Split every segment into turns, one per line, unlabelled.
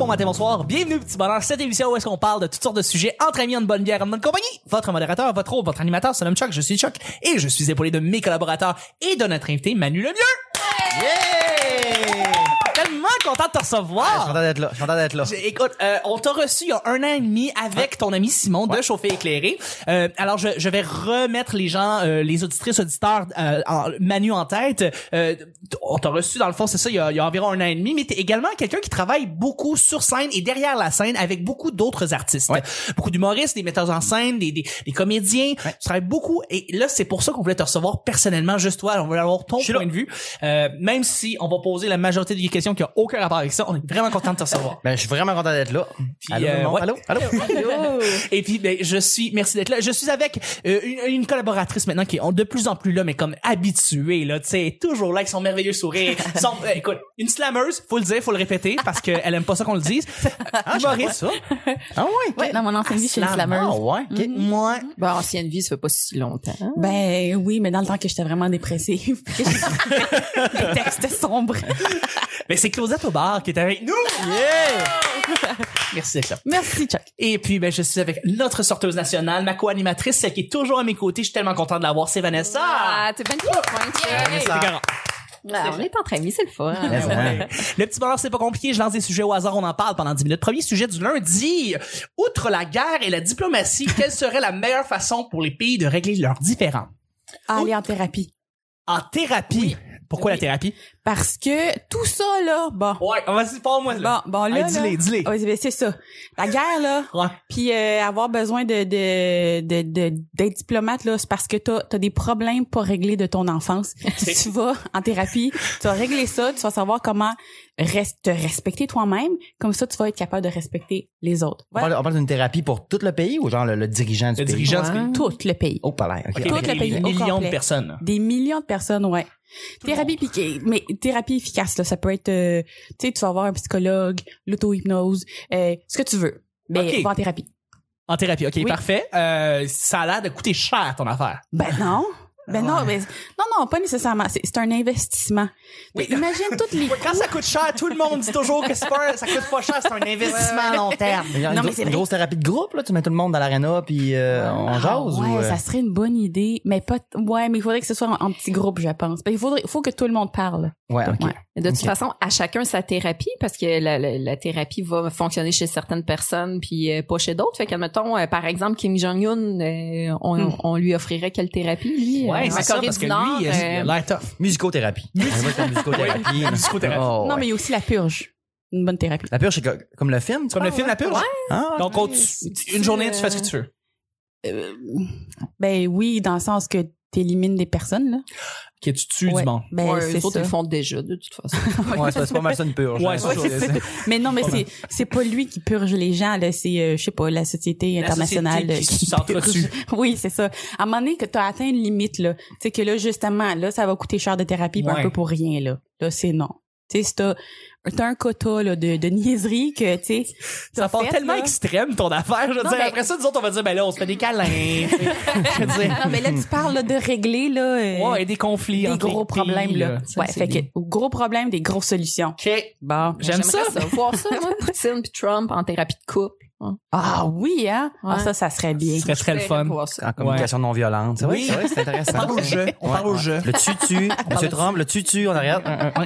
bon matin, bonsoir. Bienvenue au Petit Bonheur, cette émission où est-ce qu'on parle de toutes sortes de sujets entre amis, en bonne bière, en bonne compagnie. Votre modérateur, votre hôte, votre animateur, se nomme Chuck, je suis Chuck, et je suis épaulé de mes collaborateurs et de notre invité, Manu Lemieux. Yeah! Tellement content de te recevoir.
Je suis content d'être là.
Écoute, on t'a reçu il y a 1 an et demi avec ton ami Simon de Chauffer Éclairé. Alors, je vais remettre les gens, les auditrices, auditeurs, Manu en tête. On t'a reçu, dans le fond, c'est ça, il y a environ 1 an et demi, mais t'es également quelqu'un qui travaille beaucoup sur scène et derrière la scène avec beaucoup d'autres artistes. Ouais. Beaucoup d'humoristes, des metteurs en scène, des comédiens. Ouais. Tu travailles beaucoup et là, c'est pour ça qu'on voulait te recevoir personnellement, juste toi. On veut avoir ton point de vue. Même si on va poser la majorité des questions qui n'ont aucun rapport avec ça, on est vraiment content de te recevoir.
Ben, je suis vraiment content d'être là.
Puis,
allô,
ouais.
allô.
Et puis, ben, merci d'être là. Je suis avec une collaboratrice maintenant qui est de plus en plus là, mais comme habituée, là, tu sais, toujours là avec son merveilleux sourire. Écoute, une slammeuse, faut le dire, faut le répéter, parce qu'elle aime pas ça qu'on le dise.
Humoriste. Ça. Ah ouais?
Ouais, dans mon ancienne vie, je suis une slammeuse.
Ah ouais? Okay.
Moi.
Ben, ancienne vie, ça fait pas si longtemps.
Ben, oui, mais dans le temps que j'étais vraiment dépressive. Les textes sombres.
Mais c'est Claudette Aubard qui est avec nous. Yeah! Merci d'être là.
Merci, Chuck.
Et puis, ben, je suis avec notre sorteuse nationale, ma co-animatrice, celle qui est toujours à mes côtés. Je suis tellement content de l'avoir, c'est Vanessa.
Ah, t'es bien
C'est garant.
On est entre amis, c'est le fun.
Le petit bonheur, c'est pas compliqué. Je lance des sujets au hasard, on en parle pendant 10 minutes. Premier sujet du lundi. Outre la guerre et la diplomatie, quelle serait la meilleure façon pour les pays de régler leurs différends?
Aller en thérapie.
En thérapie? Oui. Pourquoi la thérapie?
Parce que tout ça, là, bon.
Ouais, vas-y, parle-moi, là.
Bon, là.
Hey, dis-les.
Ouais, c'est ça. La guerre, là.
Ouais.
Puis, avoir besoin d'être diplomate, là, c'est parce que t'as des problèmes pas réglés de ton enfance. Si tu vas en thérapie, tu vas régler ça, tu vas savoir comment te respecter toi-même. Comme ça, tu vas être capable de respecter les autres.
Voilà. On parle d'une thérapie pour tout le pays ou genre le dirigeant du pays?
Le dirigeant du pays.
Tout le pays.
Oh, pas l'air.
Okay.
Tout le pays.
Des millions de personnes.
Des millions de personnes, ouais. Thérapie efficace, là. Ça peut être, tu sais, tu vas voir un psychologue, l'auto-hypnose, ce que tu veux. Mais va en thérapie.
En thérapie, ok, oui. Parfait. Ça a l'air de coûter cher, ton affaire.
Ben non. Non, pas nécessairement. C'est un investissement. Oui. Imagine toutes les
Quand ça coûte cher, tout le monde dit toujours que ça coûte pas cher, c'est un investissement à long terme.
Mais c'est une grosse thérapie de groupe, là. Tu mets tout le monde dans l'aréna puis on jase.
Ouais, ça serait une bonne idée, mais pas. Ouais, mais il faudrait que ce soit en petit groupe, je pense. Il faut que tout le monde parle.
Ouais, ok. Ouais.
De toute façon, à chacun sa thérapie, parce que la thérapie va fonctionner chez certaines personnes puis pas chez d'autres. Fait qu'admettons, par exemple, Kim Jong-un, on lui offrirait quelle thérapie, lui?
Ouais, c'est ça, parce que lui, il a l'air tough.
Musicothérapie. Musicothérapie.
Musicothérapie.
Non, mais il y a aussi la purge. Une bonne thérapie.
La purge, c'est comme le film?
Comme le film, la purge?
Ouais.
Ah,
donc, une journée, tu fais ce que tu veux.
Ben oui, dans le sens que t'élimines des personnes, là.
Que tu tues du monde.
Ben,
les autres, ils le font déjà, de toute façon.
Ouais, c'est pas mal ça une purge.
Ouais, c'est ça.
Mais non, mais c'est pas lui qui purge les gens, là. C'est, je sais pas, la société internationale
qui s'entretue.
Oui, c'est ça. À un moment donné, que t'as atteint une limite, là. Tu sais, que là, justement, là, ça va coûter cher de thérapie, un peu pour rien, là. Là, c'est non. Tu sais, t'as un quota là de niaiserie que tu sais
ça part tellement extrême ton affaire, je veux dire. Après ça, nous autres on va dire ben là on se fait des câlins. Je veux dire.
Non mais là tu parles là, de régler là
ouais, des conflits,
des gros problèmes pays, là. Ouais, fait que gros problèmes, des grosses solutions.
OK.
Bon,
j'aime ça.
Voir ça, moi, Poutine puis Trump en thérapie de couple.
Ah oui, hein.
Ouais.
Ah, ça serait bien.
Ce serait le fun.
En communication non violente.
Oui,
c'est intéressant.
On parle au jeu. On parle au jeu.
Le tutu, Monsieur Trump, le tutu, on arrête.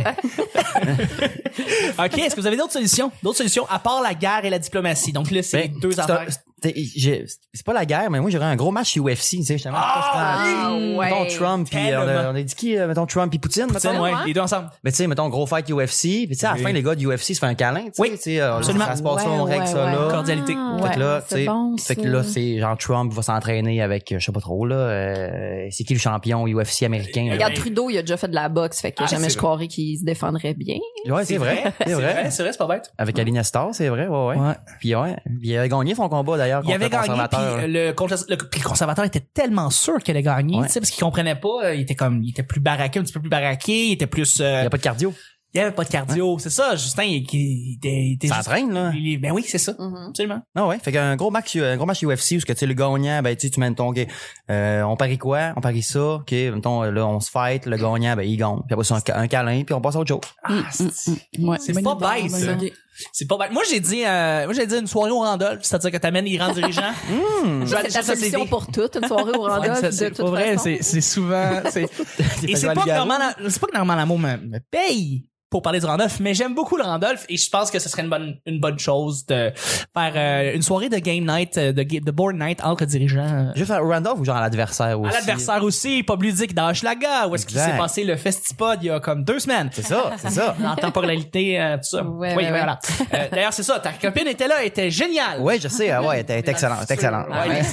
OK, est-ce que vous avez d'autres solutions? D'autres solutions à part la guerre et la diplomatie? Donc là, c'est deux affaires.
C'est pas la guerre, mais moi, j'aurais un gros match UFC, tu sais, justement. Mettons Trump, puis on a dit qui, mettons Trump puis Poutine,
mettons. Ouais, les deux ensemble.
Mais tu sais, mettons gros fight UFC, puis tu sais, à la fin, les gars de UFC se font un câlin, tu sais.
Oui,
absolument. Ça se passe ça, on règle ça là.
Cordialité.
Fait que là, tu sais, fait que là, c'est genre Trump va s'entraîner avec, je sais pas trop, là, c'est qui le champion UFC américain?
Regarde, Trudeau, il a déjà fait de la boxe, fait que jamais je croirais qu'il se défendrait bien.
Ouais, c'est vrai. C'est vrai,
c'est pas bête.
Avec Ali Nestor, c'est vrai, ouais. Puis il avait gagné son combat d'ailleurs.
Il avait gagné, puis le conservateur était tellement sûr qu'il allait gagner, tu sais, parce qu'il comprenait pas, il était plus baraqué, un petit peu plus baraqué, il était plus...
Il y a pas de cardio.
Il y avait pas de cardio, c'est ça, Justin, il était
ça entraîne, là.
Ben oui, c'est ça, absolument.
Ah ouais, fait qu'un gros match UFC où ce que tu sais le gagnant, ben tu mets ton on parie quoi? On parie ça, OK, mettons là on se fight, le gagnant ben il gagne. Puis après ça un câlin puis on passe à autre chose.
Ouais, c'est pas bête ça. C'est pas mal. Moi, j'ai dit une soirée au Randolph, c'est-à-dire que t'amènes les grands dirigeants.
C'est ta solution pour tout, une soirée au Randolph, de toute
vrai,
façon.
c'est souvent, et c'est pas que Normand Lamour me paye pour parler du Randolph, mais j'aime beaucoup le Randolph et je pense que ce serait une bonne chose de faire une soirée de game night, de board night entre dirigeants.
Juste à Randolph ou genre à l'adversaire aussi?
À l'adversaire aussi, Pub Ludique d'Hochelaga, où est-ce qu'il s'est passé le Festipod il y a comme 2 semaines.
C'est ça.
En temporalité, tout ça.
Ouais,
oui,
ouais,
voilà. D'ailleurs, c'est ça, ta copine était là, elle était géniale.
Oui, je sais, elle était excellente,
Ouais.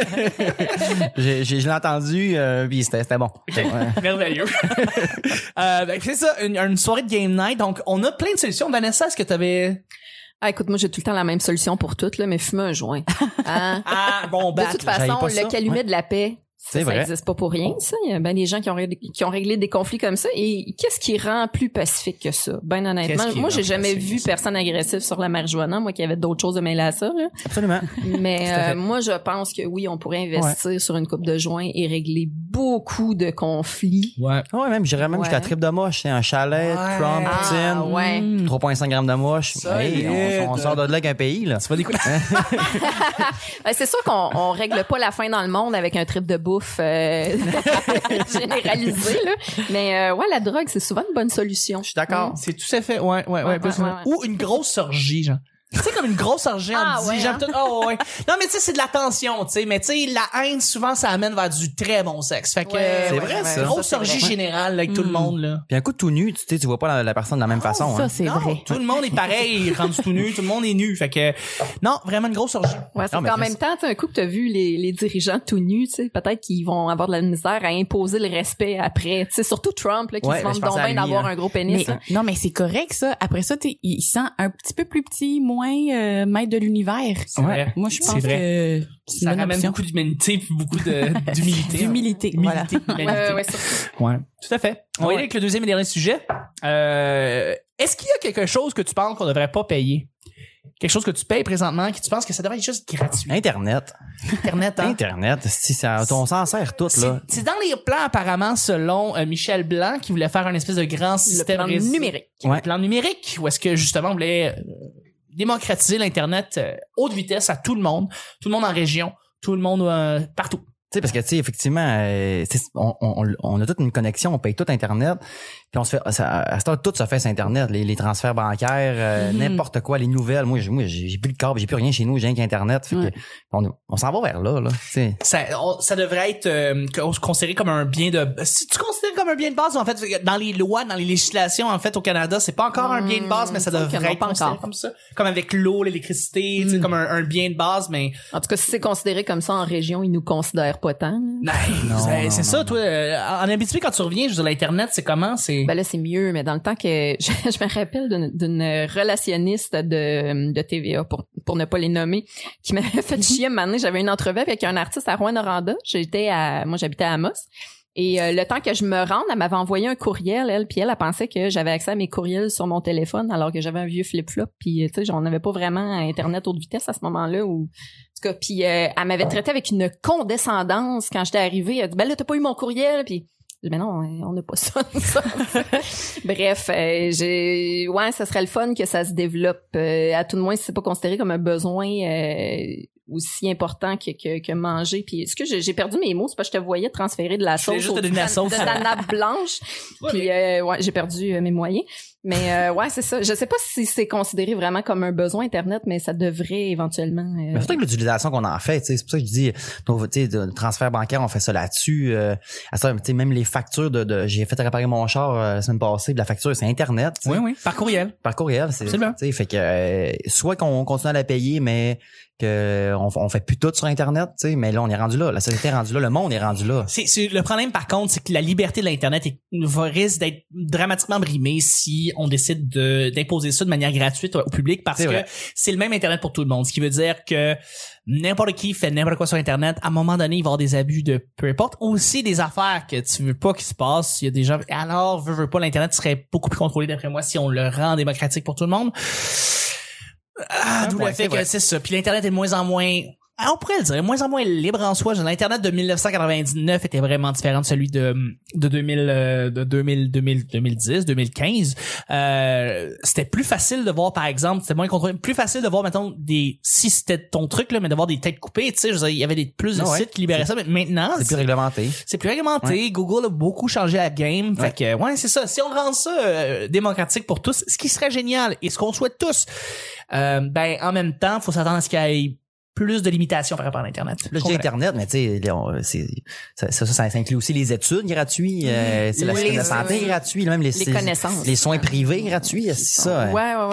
Je l'ai entendu, puis c'était bon. Ouais.
Merveilleux. C'est ça, une soirée de game night. Donc, on a plein de solutions. Vanessa, est-ce que t'avais...
Ah, écoute, moi, j'ai tout le temps la même solution pour toutes, là, mais fumer un joint. Hein?
Bon,
De toute façon, le calumet de la paix,
C'est
ça
vrai.
existe pas pour rien, ça. Il y a ben des gens qui ont réglé des conflits comme ça. Et qu'est-ce qui rend plus pacifique que ça? Ben honnêtement, moi, j'ai jamais vu personne agressif sur la marijuana. Moi, qui avait d'autres choses à mêler à ça, là.
Absolument.
Mais moi, je pense que oui, on pourrait investir sur une coupe de joints et régler beaucoup de conflits.
Ouais.
Ouais, même, j'irais même jusqu'à trip de moche. C'est un chalet, Trump, Poutine,
ouais.
3,5 grammes de moche. Hey, on sort de là avec un pays, là.
Tu vas découvrir.
C'est sûr qu'on règle pas la faim dans le monde avec un trip de bouffe généralisé, là. Mais ouais, la drogue, c'est souvent une bonne solution.
Je suis d'accord.
C'est tout à fait, ouais.
Ouais.
Ou une grosse orgie, genre. Tu sais, comme une grosse orgie en dirigeant. Ouais. Non, mais tu sais, c'est de la tension, tu sais. Mais tu sais, la haine, souvent, ça amène vers du très bon sexe. Fait que,
c'est vrai, ça.
Grosse orgie générale, là, avec tout le monde, là.
Puis un coup de tout nu, tu vois pas la personne de la même façon.
Ça,
Hein.
c'est
Non,
vrai.
tout le monde est pareil, rendu tout nu, tout le monde est nu. Fait que, non, vraiment une grosse orgie.
Ouais, c'est
Non, mais
qu'en même temps, tu sais, un coup que t'as vu les dirigeants tout nus, tu sais, peut-être qu'ils vont avoir de la misère à imposer le respect après. Tu sais, surtout Trump, là, qui se
Ouais,
demande
je pense
donc
à
bien
lui,
d'avoir
hein.
un gros pénis.
Mais,
hein.
non, mais c'est correct, ça. Après ça, il sent un petit peu plus petit, moins maître de l'univers.
C'est vrai.
Moi, je
C'est
pense
vrai.
que c'est
Ça
une
ramène
option.
beaucoup d'humanité puis beaucoup d'humilité.
D'humilité, voilà.
Ouais, surtout.
Ouais, tout à fait. On va y aller avec le deuxième et dernier sujet. Est-ce qu'il y a quelque chose que tu penses qu'on devrait pas payer? Quelque chose que tu payes présentement, que tu penses que ça devrait être juste gratuit?
Internet.
Internet, hein?
Internet, si ça, on s'en sert tout, là.
C'est dans les plans, apparemment, selon Michel Blanc, qui voulait faire un espèce de grand système
plan numérique.
Le
Ouais.
plan numérique, où est-ce que, justement, on voulait démocratiser l'Internet haute vitesse à tout le monde en région, tout le monde partout.
Tu sais, parce que, tu sais, effectivement, on a toute une connexion, on paye tout Internet, puis on se fait, à ce temps, tout se fait sur Internet, les transferts bancaires, n'importe quoi, les nouvelles. Moi, j'ai plus de câble, j'ai plus rien chez nous, j'ai rien qu'Internet. Fait que on s'en va vers là, tu sais.
Ça devrait être considéré comme un bien de... Si tu considères comme un bien de base, en fait, dans les lois, dans les législations, en fait, au Canada, c'est pas encore un bien de base, mais ça devrait être considéré comme ça. Comme avec l'eau, l'électricité, tu sais, comme un bien de base, mais...
En tout cas, si c'est considéré comme ça en région, ils nous considèrent pas tant.
Non, c'est ça, toi. En Abitibi, quand tu reviens, je veux dire, l'Internet, c'est comment?
Ben là, c'est mieux, mais dans le temps que je me rappelle d'une relationniste de TVA, pour ne pas les nommer, qui m'avait fait chier un moment donné. J'avais une entrevue avec un artiste à Rouyn-Noranda. Moi, j'habitais à Amos. Et le temps que je me rende, elle m'avait envoyé un courriel, elle pensait que j'avais accès à mes courriels sur mon téléphone, alors que j'avais un vieux flip-flop, puis tu sais, on n'avait pas vraiment Internet haute vitesse à ce moment-là, ou en tout cas, puis elle m'avait traité avec une condescendance quand j'étais arrivée. Elle a dit, ben là, t'as pas eu mon courriel, puis je dis, mais non, on n'a pas ça. Bref, ça serait le fun que ça se développe, à tout de moins si c'est pas considéré comme un besoin aussi important que manger. Puis est-ce que j'ai perdu mes mots? C'est parce que je te voyais transférer de la sauce
juste te donner la sauce.
de la nappe blanche. Puis j'ai perdu mes moyens. Mais c'est ça. Je sais pas si c'est considéré vraiment comme un besoin Internet, mais ça devrait éventuellement.
Mais surtout avec l'utilisation qu'on en fait, tu sais, c'est pour ça que je dis, tu sais, de transfert bancaire, on fait ça là-dessus. À ça, tu sais, même les factures j'ai fait réparer mon char la semaine passée, puis la facture c'est Internet.
Oui, par courriel.
Par courriel, c'est.
Absolument.
Tu sais, fait que soit qu'on continue à la payer, mais que on fait plus tout sur Internet, tu sais, mais là on est rendu là, la société est rendue là, le monde est rendu là.
C'est le problème par contre, c'est que la liberté de l'internet risque d'être dramatiquement brimée si on décide d'imposer ça de manière gratuite au public, parce que c'est le même internet pour tout le monde, ce qui veut dire que n'importe qui fait n'importe quoi sur internet, à un moment donné il va y avoir des abus de peu importe, aussi des affaires que tu veux pas qu'il se passe, il y a des gens, alors veux pas, l'internet serait beaucoup plus contrôlé d'après moi si on le rend démocratique pour tout le monde. D'où le fait que c'est ça. Puis l'Internet est de moins en moins on pourrait le dire, moins en moins libre en soi. L'Internet de 1999 était vraiment différent de celui de 2010, 2015. C'était plus facile de voir, par exemple, c'était moins contrôlé, plus facile de voir, mettons, si c'était ton truc, là, mais de voir des têtes coupées, tu sais, je veux dire, il y avait plus de sites qui libéraient ça, mais maintenant,
c'est plus réglementé.
C'est plus réglementé. Ouais. Google a beaucoup changé la game. Fait que, ouais, c'est ça. Si on rend ça démocratique pour tous, ce qui serait génial et ce qu'on souhaite tous, en même temps, faut s'attendre à ce qu'il y ait plus de limitations par rapport à l'Internet.
Là, je dis Internet, mais tu sais, ça inclut aussi les études gratuites, c'est la santé gratuite, même les
connaissances.
Les soins privés gratuits, c'est ça.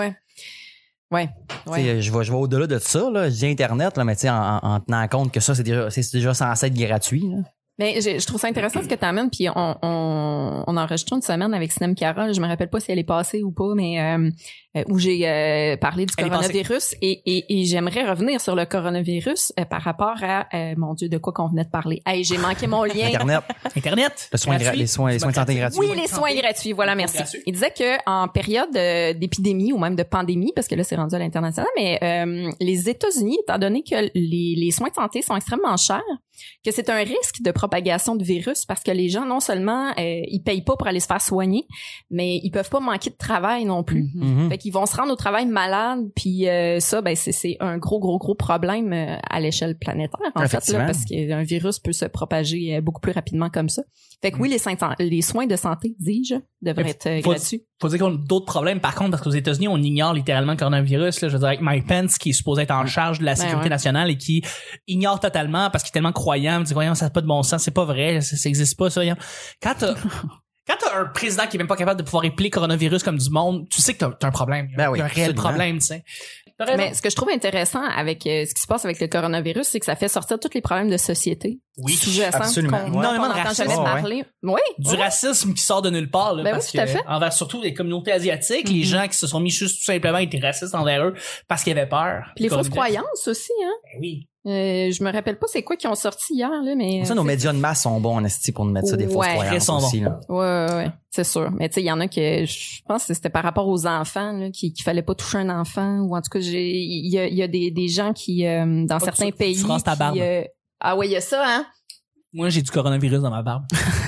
Ouais.
Je vais au-delà de ça, là. Je dis Internet, là, mais tu sais, en tenant compte que ça, c'est déjà censé être gratuit, là.
Mais je trouve ça intéressant ce que tu amènes, puis on a enregistré une semaine avec Sinem Carole, je me rappelle pas si elle est passée ou pas, mais où j'ai parlé du coronavirus et j'aimerais revenir sur le coronavirus par rapport à mon Dieu, de quoi qu'on venait de parler. Hey, j'ai manqué mon lien.
Internet.
Les soins de santé gratuits.
Oui, les soins gratuits, voilà, merci. Il disait que en période d'épidémie ou même de pandémie, parce que là c'est rendu à l'international, mais les États-Unis, étant donné que les soins de santé sont extrêmement chers, que c'est un risque de propagation de virus parce que les gens, non seulement ils payent pas pour aller se faire soigner, mais ils peuvent pas manquer de travail non plus.
Mm-hmm.
Fait qu'ils vont se rendre au travail malade, puis ça, c'est un gros problème à l'échelle planétaire, en fait, là, parce qu'un virus peut se propager beaucoup plus rapidement comme ça. Fait que oui, les soins de santé, dis-je, devraient être gratuits.
Faut dire qu'on a d'autres problèmes, par contre, parce qu'aux États-Unis, on ignore littéralement le coronavirus, là. Je veux dire, avec Mike Pence, qui est supposé être en charge de la sécurité nationale et qui ignore totalement parce qu'il est tellement croyant, il dit, voyons, ça n'a pas de bon sens, c'est pas vrai, ça existe pas, ça, Quand t'as un président qui est même pas capable de pouvoir épeler coronavirus comme du monde, tu sais que t'as un problème. Il y a un réel problème, tu sais.
Mais ce que je trouve intéressant avec ce qui se passe avec le coronavirus, c'est que ça fait sortir tous les problèmes de société.
Oui,
absolument.
Énormément de racisme. Du racisme qui sort de nulle part, là, parce
tout à fait.
Envers surtout les communautés asiatiques, les gens qui se sont mis juste tout simplement à être racistes envers eux parce qu'ils avaient peur.
Puis les fausses croyances aussi, hein.
Ben oui.
Je me rappelle pas c'est quoi qui ont sorti hier, là, mais.
Ça, nos médias de masse sont bons, en esti, pour nous mettre ça des fausses croyances aussi, là.
Ouais, c'est sûr. Mais tu sais, il y en a que, je pense que c'était par rapport aux enfants, là, qu'il fallait pas toucher un enfant, ou en tout cas, il y a des gens qui, dans certains pays.
Tu ta barbe.
Ah ouais, il y a ça, hein.
Moi, j'ai du coronavirus dans ma barbe.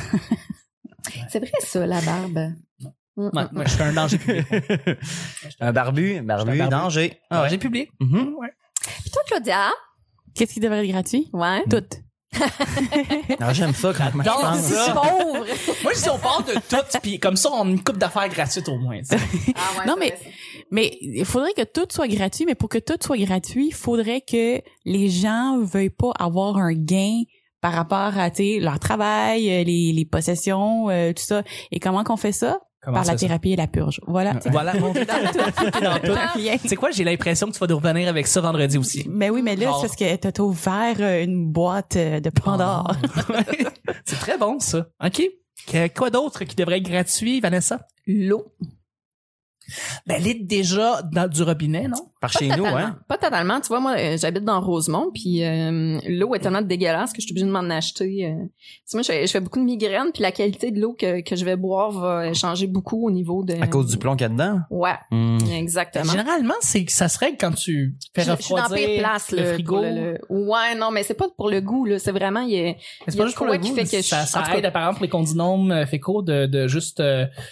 C'est vrai, ça, la barbe.
Moi, je suis un danger public.
Un barbu, danger.
Danger public.
Ouais.
Puis toi, Claudia?
Qu'est-ce qui devrait être gratuit?
Ouais.
Tout.
Alors, j'aime ça quand je pense.
C'est pauvre. Moi, je dis on parle de tout, puis comme ça, on a une coupe d'affaires gratuites au moins.
Non, mais il faudrait que tout soit gratuit, mais pour que tout soit gratuit, il faudrait que les gens veuillent pas avoir un gain par rapport à leur travail, les possessions, tout ça. Et comment qu'on fait ça? Par la thérapie et la purge. Voilà.
Voilà, on est dans tout. C'est quoi, j'ai l'impression que tu vas nous revenir avec ça vendredi aussi.
Mais oui, mais là, c'est parce que t'as ouvert une boîte de Pandore.
C'est très bon, ça. OK. Quoi d'autre qui devrait être gratuit, Vanessa?
L'eau.
Ben, elle est déjà dans du robinet, non?
Par chez nous, hein?
Pas totalement. Tu vois, moi, j'habite dans Rosemont, puis l'eau est tellement dégueulasse que je suis obligée de m'en acheter. Moi, je fais beaucoup de migraines, puis la qualité de l'eau que je vais boire va changer beaucoup au niveau de...
À cause du plomb qu'il y a dedans?
Ouais, exactement.
Généralement, ça se règle quand tu fais refroidir le frigo.
Ouais, non, mais c'est pas pour le goût, là. C'est vraiment, il y a
pas juste pour le goût, qui fait que ça aide, par exemple, les condiments fécaux de juste...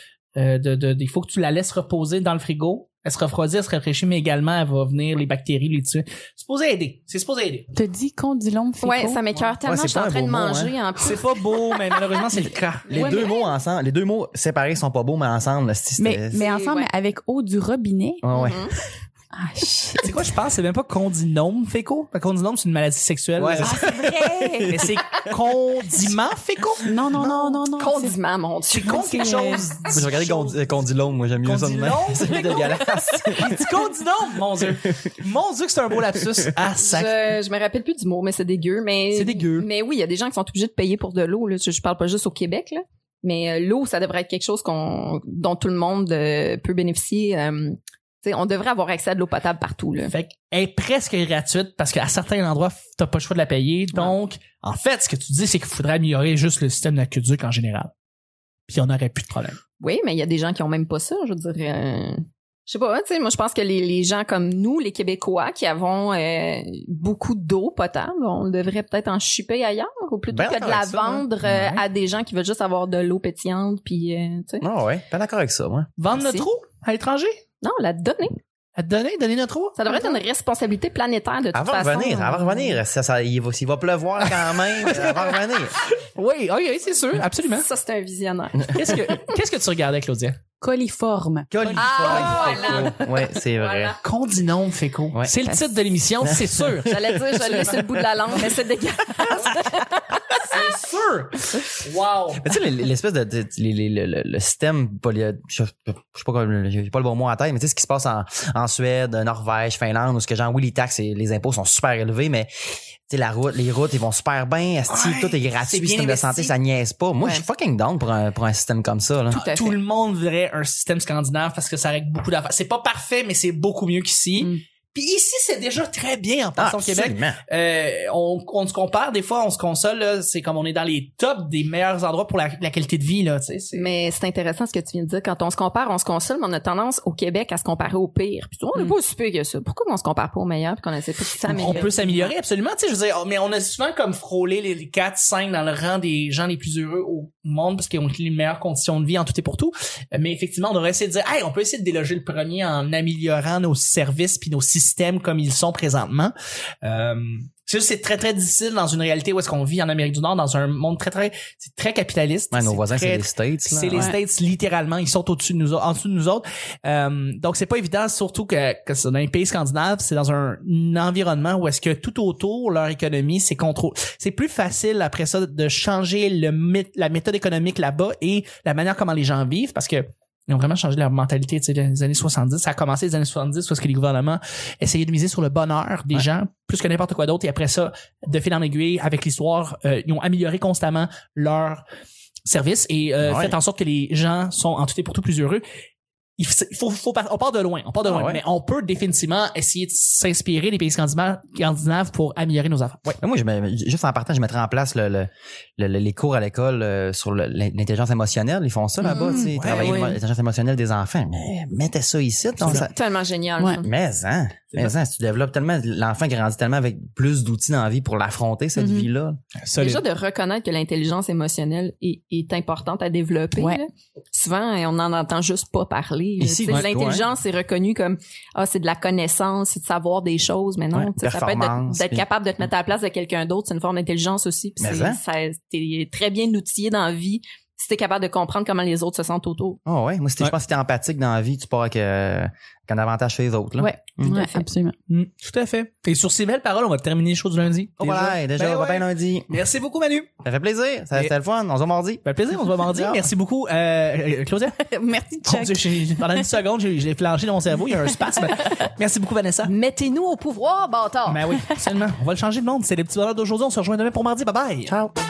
il faut que tu la laisses reposer dans le frigo. Elle se refroidit, elle se rafraîchit, mais également, elle va venir, les bactéries, les tuer. C'est supposé aider.
T'as dit condylome fécaux?
Ouais, ça m'écoeure tellement, je suis en train de manger, en plus.
C'est pas beau, mais malheureusement, c'est le cas.
Les deux mots séparés sont pas beaux, mais ensemble,
mais ensemble, avec eau du robinet.
Ouais.
Ah, shit.
C'est quoi, je pense? C'est même pas condinome fécaux? Condinome, c'est une maladie sexuelle.
Ouais,
c'est vrai!
Mais c'est condiment fécaux?
Non.
Condiment, mon Dieu.
C'est con quelque chose.
J'ai regardé condylome, moi, j'aime mieux ça de même. C'est dégueulasse.
Il dit condinome, mon Dieu. Mon Dieu que c'est un beau lapsus. Ah, sac.
Je me rappelle plus du mot, mais c'est dégueu.
C'est dégueu.
Mais oui, il y a des gens qui sont obligés de payer pour de l'eau, là. Je parle pas juste au Québec, là. Mais l'eau, ça devrait être quelque chose dont tout le monde peut bénéficier. On devrait avoir accès à de l'eau potable partout, là.
Fait qu'elle est presque gratuite parce qu'à certains endroits, t'as pas le choix de la payer. Donc, en fait, ce que tu dis, c'est qu'il faudrait améliorer juste le système d'aqueduc en général. Puis on n'aurait plus de problème.
Oui, mais il y a des gens qui ont même pas ça, je veux dire. Je sais pas, tu sais, moi je pense que les gens comme nous, les Québécois, qui avons beaucoup d'eau potable, on devrait peut-être en chipper ailleurs, ou plutôt que de la vendre à des gens qui veulent juste avoir de l'eau pétillante, puis tu sais.
Ah ouais, pas d'accord avec ça, moi.
Vendre notre eau à l'étranger?
Non, la donner.
À te donner notre eau?
Ça devrait être une responsabilité planétaire de toute façon.
Elle va revenir. Il va pleuvoir quand même. Elle va revenir.
Oui, c'est sûr, absolument.
Ça, c'est un visionnaire.
Qu'est-ce que tu regardais, Claudia?
Coliforme.
Voilà.
Ouais, c'est vrai.
Voilà.
Condinome féco.
Ouais.
C'est le titre de l'émission, c'est sûr.
J'allais dire, je l'ai sur le bout de la langue, mais c'est dégueulasse.
C'est sûr. Wow.
Mais tu sais, l'espèce de le système, je sais pas, j'ai pas le bon mot en tête, mais tu sais, ce qui se passe en Suède, Norvège, Finlande, où ce que genre, oui, les taxes et les impôts sont super élevés, mais tu sais, les routes, ils vont super bien. Tout est gratuit. Le système de santé, ça niaise pas. Moi, je suis fucking down pour un système comme ça, là.
Tout le monde voudrait un système scandinave parce que ça règle beaucoup d'affaires. C'est pas parfait, mais c'est beaucoup mieux qu'ici. Puis ici, c'est déjà très bien en passant au Québec. On se compare, des fois, on se console, là, c'est comme on est dans les tops des meilleurs endroits pour la qualité de vie, là, tu sais.
Mais c'est intéressant ce que tu viens de dire. Quand on se compare, on se console, mais on a tendance au Québec à se comparer au pire. Puis on n'est pas aussi pire que ça. Pourquoi on se compare pas au meilleur puis qu'on essaie pas de s'améliorer?
On peut s'améliorer, absolument, tu sais, je veux dire, mais on a souvent comme frôlé les 4, 5 dans le rang des gens les plus heureux au monde parce qu'ils ont les meilleures conditions de vie en tout et pour tout. Mais effectivement, on devrait essayer de dire, hey, on peut essayer de déloger le premier en améliorant nos services puis nos systèmes comme ils sont présentement. C'est très très difficile dans une réalité où est-ce qu'on vit en Amérique du Nord, dans un monde c'est très capitaliste.
Ouais, nos voisins, c'est les States, là.
C'est les States, littéralement, ils sont au-dessus de nous, en dessous de nous autres. Donc c'est pas évident, surtout que c'est dans les pays scandinaves, c'est dans un environnement où est-ce que tout autour leur économie c'est contrôle. C'est plus facile après ça de changer la méthode économique là-bas et la manière comment les gens vivent parce que ils ont vraiment changé leur mentalité, tu sais, dans les années 70. Ça a commencé les années 70 parce que les gouvernements essayaient de miser sur le bonheur des gens plus que n'importe quoi d'autre. Et après ça, de fil en aiguille, avec l'histoire, ils ont amélioré constamment leur service et fait en sorte que les gens sont en tout et pour tout plus heureux. On part de loin, mais on peut définitivement essayer de s'inspirer des pays scandinaves pour améliorer nos affaires.
Ouais. Moi, juste en partant, je mettrais en place les cours à l'école sur l'intelligence émotionnelle. Ils font ça là-bas, tu sais, travailler l'intelligence émotionnelle des enfants. Mais mettez ça ici.
C'est tellement génial.
Ouais.
Si tu développes tellement, l'enfant grandit tellement avec plus d'outils dans la vie pour l'affronter, cette vie-là.
Déjà de reconnaître que l'intelligence émotionnelle est importante à développer.
Ouais.
Là. Souvent, on n'en entend juste pas parler.
Ici,
l'intelligence est reconnue comme c'est de la connaissance, c'est de savoir des choses, mais non, ça peut être d'être capable de te mettre à la place de quelqu'un d'autre, c'est une forme d'intelligence aussi. T'es très bien outillé dans la vie si t'es capable de comprendre comment les autres se sentent autour.
Oh ouais, moi je pense que si t'es empathique dans la vie, tu pars avec un avantage chez les autres. Là.
Ouais, absolument.
Tout à fait. Et sur ces belles paroles, on va terminer les choses du lundi.
Déjà, on va bien lundi.
Merci beaucoup, Manu.
Ça fait plaisir. C'était le fun. On se voit mardi.
Ça fait plaisir, on se voit mardi. Merci beaucoup, Claudia.
Merci, Chuck.
Pendant 10 secondes, j'ai flanché dans mon cerveau. Il y a un spasme. Merci beaucoup, Vanessa.
Mettez-nous au pouvoir, bâtard.
Ben oui, seulement. On va le changer de monde. C'est les petits bonheurs d'aujourd'hui. On se rejoint demain pour mardi. Bye bye.
Ciao.